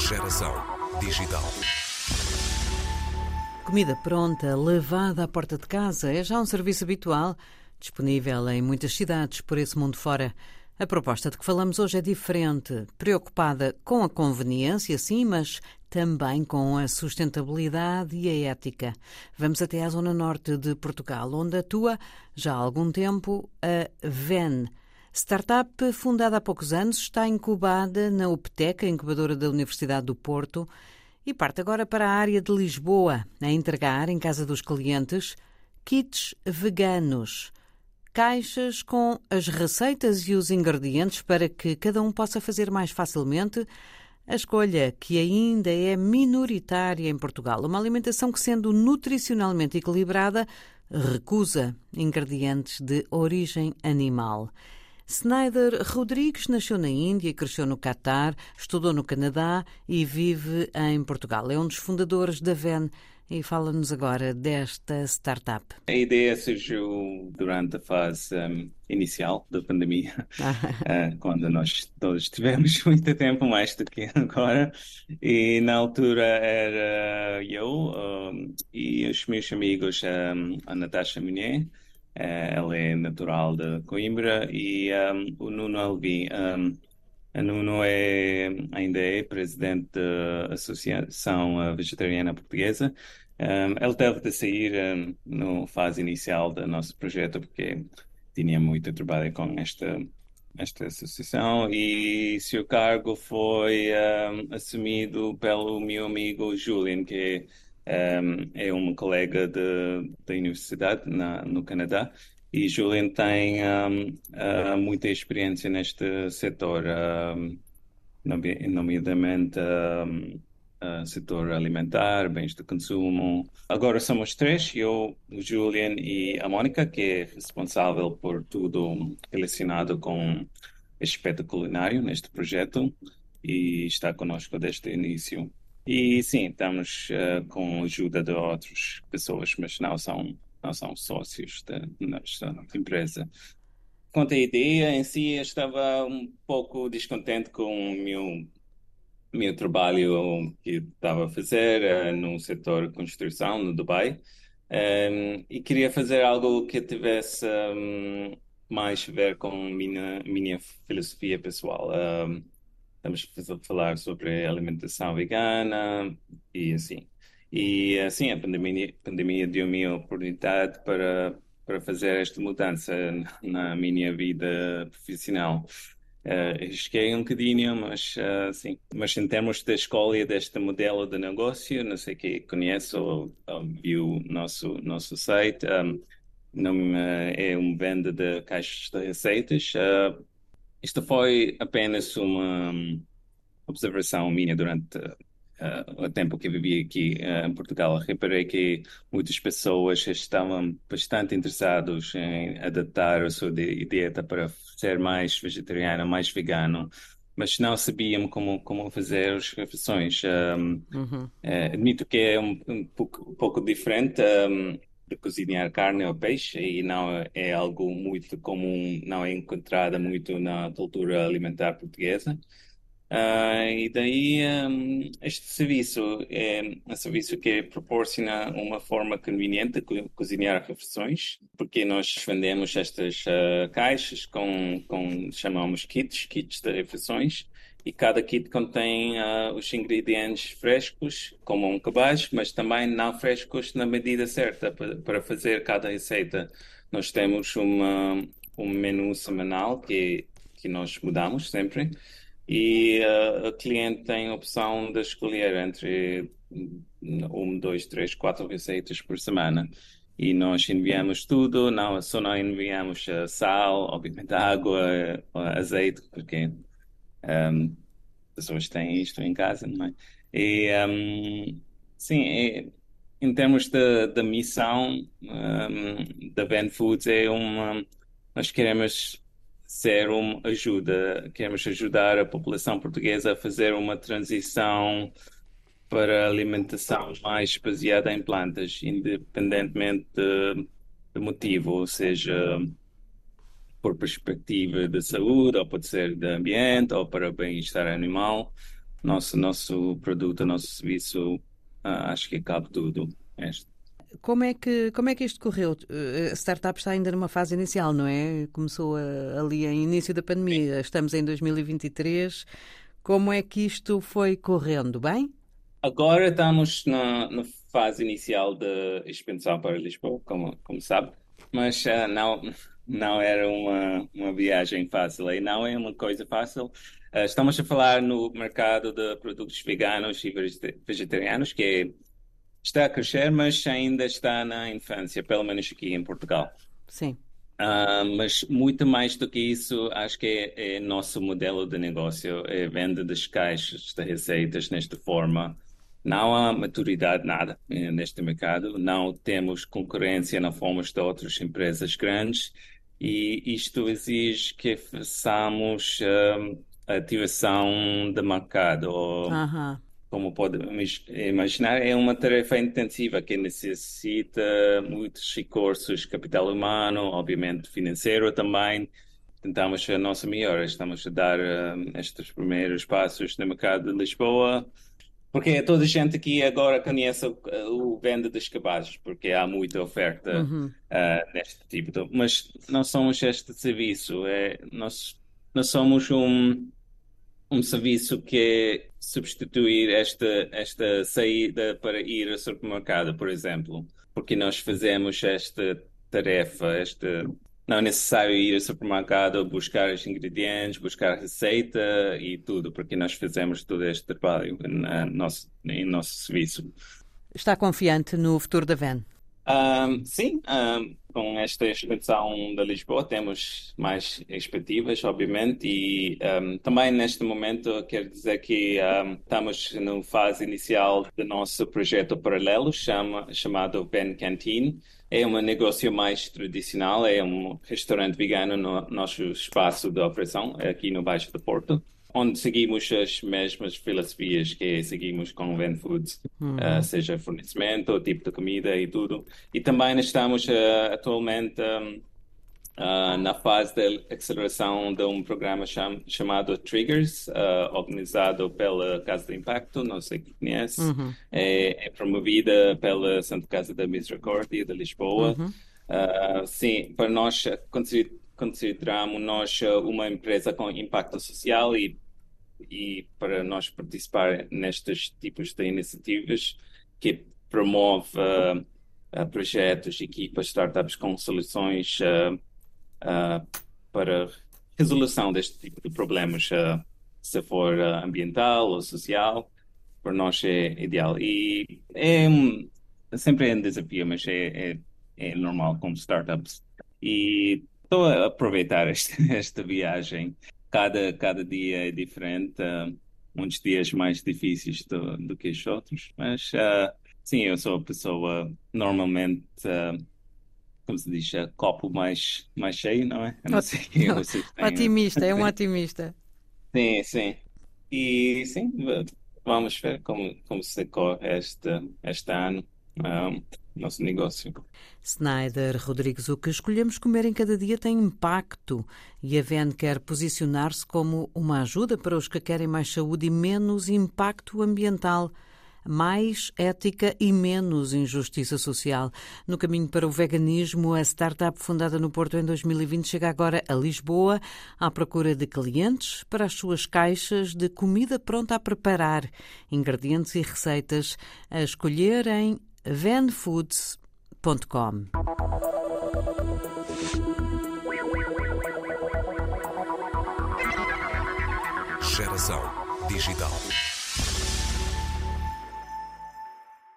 Geração digital. Comida pronta, levada à porta de casa, é já um serviço habitual, disponível em muitas cidades por esse mundo fora. A proposta de que falamos hoje é diferente, preocupada com a conveniência, sim, mas também com a sustentabilidade e a ética. Vamos até à zona norte de Portugal, onde atua, já há algum tempo, a VEN. Startup fundada há poucos anos, está incubada na UPTEC, a incubadora da Universidade do Porto, e parte agora para a área de Lisboa, a entregar em casa dos clientes kits veganos. Caixas com as receitas e os ingredientes para que cada um possa fazer mais facilmente a escolha que ainda é minoritária em Portugal. Uma alimentação que, sendo nutricionalmente equilibrada, recusa ingredientes de origem animal. Snyder Rodrigues nasceu na Índia e cresceu no Catar, estudou no Canadá e vive em Portugal. É um dos fundadores da VEN e fala-nos agora desta startup. A ideia surgiu durante a fase inicial da pandemia, quando nós todos tivemos muito tempo, mais do que agora, e na altura era eu e os meus amigos, a Natasha Munier, ela é natural de Coimbra, e o Nuno Alvim. A Nuno ainda é presidente da Associação Vegetariana Portuguesa. Ele teve de sair na fase inicial do nosso projeto porque tinha muito trabalho com esta associação, e seu cargo foi assumido pelo meu amigo Julian, que é um colega da universidade no Canadá. E Julian tem muita experiência neste setor, nomeadamente setor alimentar, bens de consumo. Agora somos três: eu, o Julian e a Mónica, que é responsável por tudo relacionado com este aspecto culinário neste projeto e está conosco desde o início. E sim, estamos com a ajuda de outras pessoas, mas não são sócios da nossa empresa. Quanto à ideia em si, eu estava um pouco descontente com o meu trabalho que estava a fazer no setor de construção no Dubai, e queria fazer algo que tivesse mais a ver com minha filosofia pessoal. Estamos a falar sobre alimentação vegana e assim. E assim, a pandemia deu-me a oportunidade para fazer esta mudança na minha vida profissional. Arrisquei um bocadinho, mas em termos da escolha deste modelo de negócio, não sei quem conhece ou viu nosso site, não é uma venda de caixas de receitas. Isto foi apenas uma observação minha durante o tempo que vivi aqui em Portugal. Reparei que muitas pessoas estavam bastante interessadas em adaptar a sua dieta para ser mais vegetariana, mais vegano, mas não sabiam como fazer as refeições. Admito que é um pouco diferente de cozinhar carne ou peixe, e não é algo muito comum, não é encontrado muito na cultura alimentar portuguesa. E daí este serviço é um serviço que proporciona uma forma conveniente de cozinhar refeições, porque nós vendemos estas caixas chamamos kits de refeições, e cada kit contém os ingredientes frescos, como um cabaz, mas também não frescos na medida certa para fazer cada receita. Nós temos um menu semanal que nós mudamos sempre. E a cliente tem a opção de escolher entre dois, três, quatro receitas por semana. E nós enviamos tudo, só não enviamos sal, obviamente água, azeite, porque pessoas têm isto em casa, não é? E sim, em termos da missão da Ben Foods, nós queremos queremos ajudar a população portuguesa a fazer uma transição para alimentação mais baseada em plantas, independentemente do motivo, ou seja, por perspectiva de saúde, ou pode ser de ambiente, ou para bem-estar animal. nosso produto, nosso serviço, acho que cabe tudo. Como é que isto correu? A startup está ainda numa fase inicial, não é? Começou ali em início da pandemia, estamos em 2023. Como é que isto foi correndo? Bem? Agora estamos na fase inicial da expansão para Lisboa, como sabe, mas não era uma viagem fácil e não é uma coisa fácil. Estamos a falar no mercado de produtos veganos e vegetarianos, está a crescer, mas ainda está na infância, pelo menos aqui em Portugal. Sim. Mas muito mais do que isso, acho que é nosso modelo de negócio, é venda das caixas de receitas nesta forma. Não há maturidade nada neste mercado, não temos concorrência na forma de outras empresas grandes e isto exige que façamos ativação de mercado. Aham. Como pode imaginar, é uma tarefa intensiva que necessita muitos recursos, capital humano, obviamente financeiro também. Tentamos a nossa melhor, estamos a dar estes primeiros passos no mercado de Lisboa, porque toda a gente aqui agora conhece o venda dos cabazes, porque há muita oferta Uhum. neste tipo de... Mas não somos este serviço, nós somos um serviço que é substituir esta saída para ir ao supermercado, por exemplo, porque nós fazemos esta tarefa, não é necessário ir ao supermercado buscar os ingredientes, buscar a receita e tudo, porque nós fazemos todo este trabalho em nosso serviço. Está confiante no futuro da van? Sim, com esta expansão da Lisboa temos mais expectativas, obviamente, e também neste momento quero dizer que estamos na fase inicial do nosso projeto paralelo chamado Van Canteen. É um negócio mais tradicional, é um restaurante vegano no nosso espaço de operação aqui no Baixo do Porto, onde seguimos as mesmas filosofias que seguimos com o Van Foods, seja fornecimento, tipo de comida e tudo. E também estamos atualmente na fase de aceleração de um programa chamado Triggers, organizado pela Casa de Impacto, não sei quem conhece, Uhum. é promovida pela Santa Casa da Misericórdia de Lisboa. Uhum. Sim, para nós consideramos nós uma empresa com impacto social e para nós participar nestes tipos de iniciativas que promove projetos, equipas, startups com soluções para resolução deste tipo de problemas, se for ambiental ou social, para nós é ideal. E sempre é um desafio, mas é normal como startups. E estou a aproveitar esta viagem. Cada dia é diferente, muitos dias mais difíceis do que os outros, mas sim, eu sou a pessoa normalmente, como se diz, copo mais cheio, não é? Eu não sei quem vocês têm. Otimista, é um otimista. Sim, sim. E sim, vamos ver como se corre este ano, nosso negócio. Snyder Rodrigues, o que escolhemos comer em cada dia tem impacto e a VEN quer posicionar-se como uma ajuda para os que querem mais saúde e menos impacto ambiental, mais ética e menos injustiça social. No caminho para o veganismo, a startup fundada no Porto em 2020 chega agora a Lisboa à procura de clientes para as suas caixas de comida pronta a preparar, ingredientes e receitas a escolher em vanfoods.com. Geração Digital.